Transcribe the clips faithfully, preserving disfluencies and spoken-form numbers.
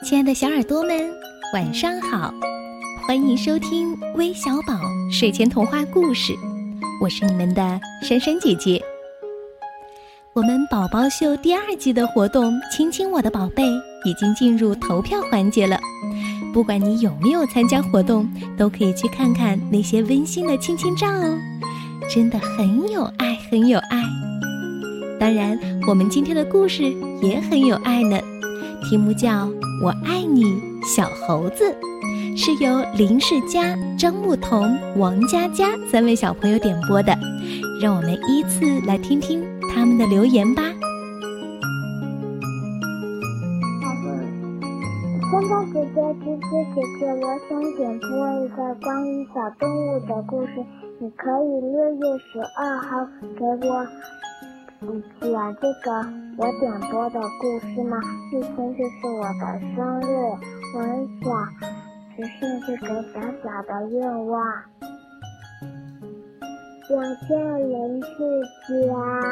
亲爱的小耳朵们，晚上好！欢迎收听微小宝睡前童话故事，我是你们的珊珊姐姐。我们宝宝秀第二季的活动亲亲我的宝贝已经进入投票环节了，不管你有没有参加活动，都可以去看看那些温馨的亲亲照哦，真的很有爱很有爱。当然我们今天的故事也很有爱呢，题目叫我爱你小猴子，是由林世佳、张牧童、王佳佳三位小朋友点播的，让我们依次来听听他们的留言吧。 现在姐姐芝芝姐姐，我想点播一个关于小动物的故事，你可以六月十二号给我讲这个我点播的故事吗？那天就是我的生日，我很想实现这个小小的愿望。感谢林世佳。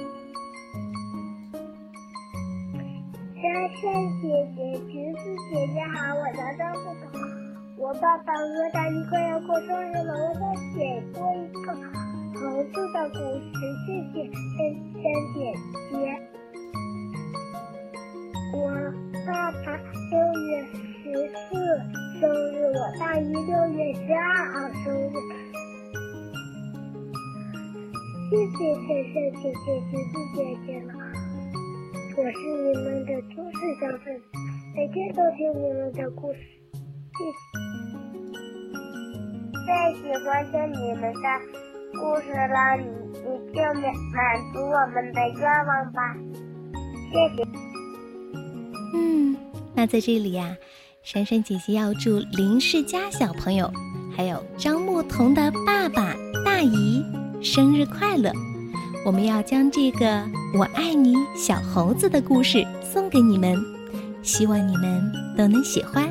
珊珊姐姐、橘子姐姐好，我叫张牧童。我爸爸和他一个人过生日了，我想写播一个猴子的故事，谢谢珊珊姐姐。我爸爸六月十四生日，我大姨六月十二号生日。谢谢珊珊姐姐、橘子姐姐了。我是你们的忠实小粉丝，每天都听你们的故事，谢谢。最喜欢听你们的故事了，你你就满满足我们的愿望吧，谢谢。 嗯，那在这里呀、啊，珊珊姐姐要祝林世佳小朋友，还有张牧童的爸爸、大姨生日快乐。我们要将这个我爱你小猴子的故事送给你们，希望你们都能喜欢。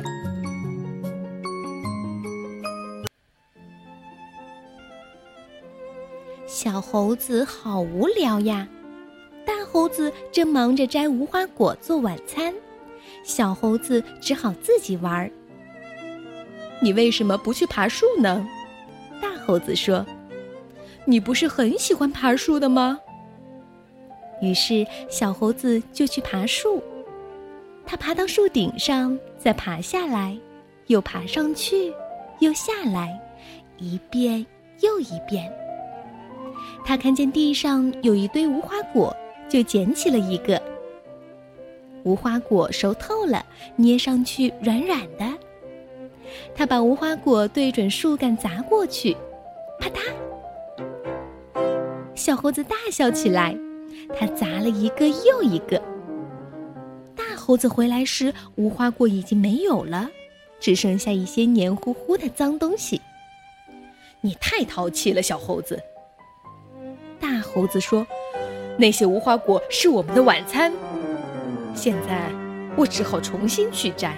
小猴子好无聊呀，大猴子正忙着摘无花果做晚餐，小猴子只好自己玩。你为什么不去爬树呢？大猴子说，你不是很喜欢爬树的吗？于是小猴子就去爬树，他爬到树顶上，再爬下来，又爬上去，又下来，一遍又一遍。他看见地上有一堆无花果，就捡起了一个。无花果熟透了，捏上去软软的。他把无花果对准树干砸过去，啪嗒！小猴子大笑起来，他砸了一个又一个。大猴子回来时，无花果已经没有了，只剩下一些黏糊糊的脏东西。你太淘气了，小猴子。大猴子说，那些无花果是我们的晚餐，现在我只好重新去摘。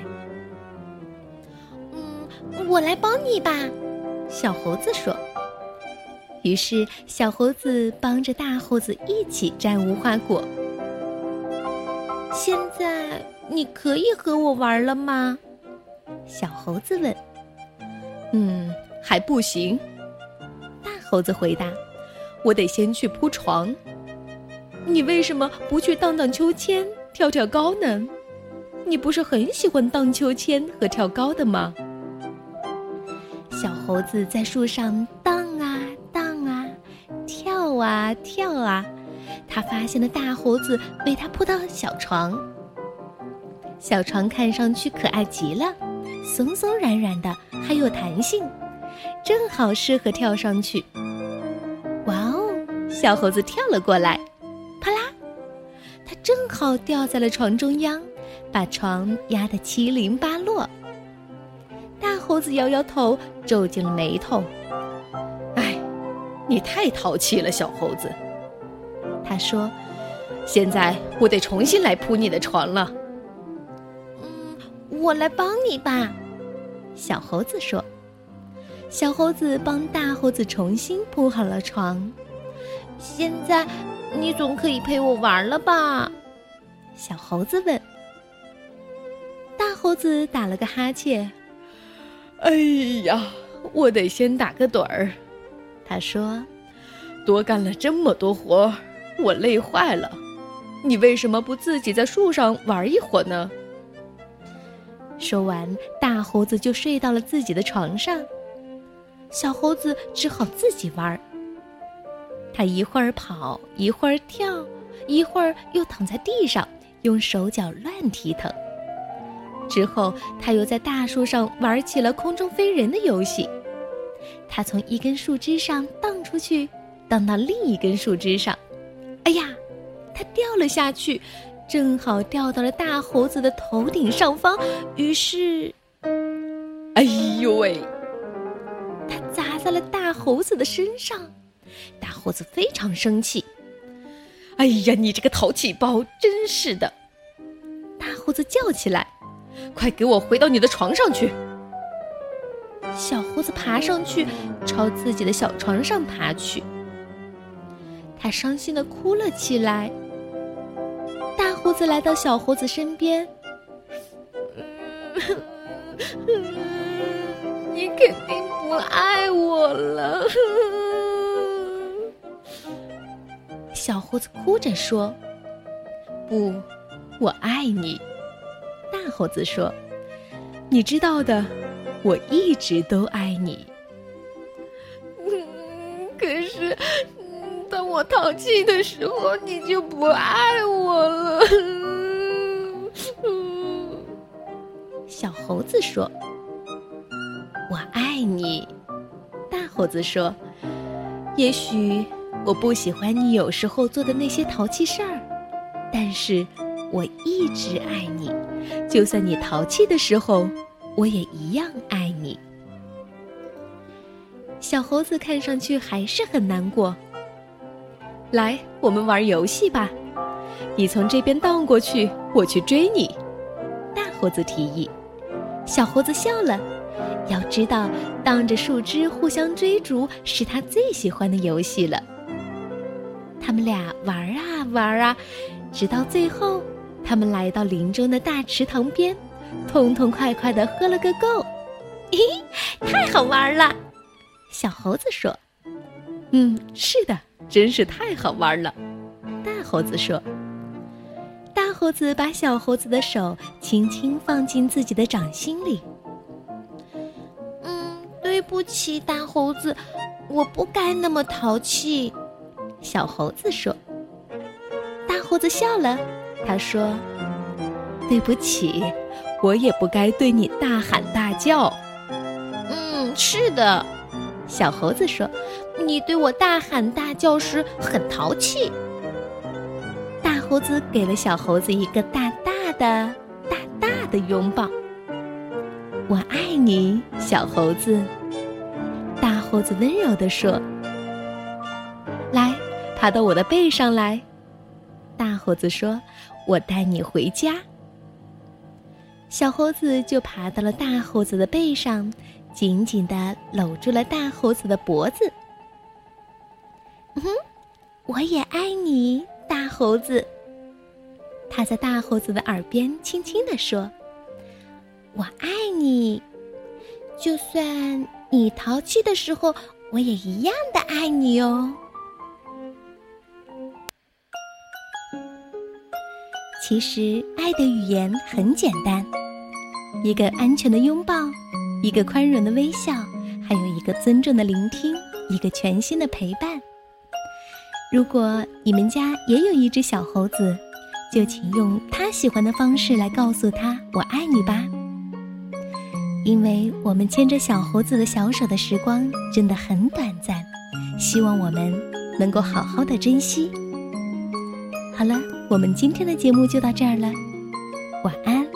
嗯，我来帮你吧，小猴子说。于是小猴子帮着大猴子一起摘无花果。现在你可以和我玩了吗？小猴子问。嗯，还不行。大猴子回答，我得先去铺床。你为什么不去荡荡秋千、跳跳高呢？你不是很喜欢荡秋千和跳高的吗？小猴子在树上荡啊荡啊，跳啊跳啊，他发现了大猴子为他铺到小床。小床看上去可爱极了，松松软软的，还有弹性，正好适合跳上去。哇哦，小猴子跳了过来，啪啦，他正好掉在了床中央，把床压得七零八落。大猴子摇摇头，皱紧了眉头。哎，你太淘气了，小猴子。他说，现在我得重新来铺你的床了。嗯，我来帮你吧，小猴子说。小猴子帮大猴子重新铺好了床。现在你总可以陪我玩了吧？小猴子问。大猴猴子打了个哈欠，哎呀，我得先打个盹儿。他说，多干了这么多活，我累坏了。你为什么不自己在树上玩一会儿呢？说完，大猴子就睡到了自己的床上，小猴子只好自己玩。他一会儿跑，一会儿跳，一会儿又躺在地上，用手脚乱踢腾。之后，他又在大树上玩起了空中飞人的游戏。他从一根树枝上荡出去，荡到另一根树枝上。哎呀，他掉了下去，正好掉到了大猴子的头顶上方。于是，哎呦喂，他砸在了大猴子的身上。大猴子非常生气。哎呀，你这个淘气包，真是的！大猴子叫起来，快给我回到你的床上去！小猴子爬上去，朝自己的小床上爬去。他伤心地哭了起来。大猴子来到小猴子身边，你肯定不爱我了。小猴子哭着说，不，我爱你。大猴子说，你知道的，我一直都爱你。嗯，可是当我淘气的时候，你就不爱我了。嗯，小猴子说，我爱你。大猴子说，也许我不喜欢你有时候做的那些淘气事儿，但是我一直爱你，就算你淘气的时候，我也一样爱你。小猴子看上去还是很难过。来，我们玩游戏吧，你从这边荡过去，我去追你。大猴子提议。小猴子笑了，要知道荡着树枝互相追逐是他最喜欢的游戏了。他们俩玩啊玩啊，直到最后，他们来到林中的大池塘边，痛痛快快地喝了个够。咦，太好玩了！小猴子说。嗯，是的，真是太好玩了。大猴子说。大猴子把小猴子的手轻轻放进自己的掌心里。嗯，对不起，大猴子，我不该那么淘气。小猴子说。大猴子笑了，他说，对不起，我也不该对你大喊大叫。嗯，是的，小猴子说，你对我大喊大叫时很淘气。大猴子给了小猴子一个大大的大大的拥抱。我爱你，小猴子。大猴子温柔地说。来，爬到我的背上来。大猴子说，我带你回家。小猴子就爬到了大猴子的背上，紧紧地搂住了大猴子的脖子。嗯，我也爱你，大猴子。他在大猴子的耳边轻轻地说，我爱你，就算你淘气的时候，我也一样的爱你哦。其实爱的语言很简单，一个安全的拥抱，一个宽容的微笑，还有一个尊重的聆听，一个全心的陪伴。如果你们家也有一只小猴子，就请用他喜欢的方式来告诉他我爱你吧。因为我们牵着小猴子的小手的时光真的很短暂，希望我们能够好好的珍惜。好了，我们今天的节目就到这儿了，晚安。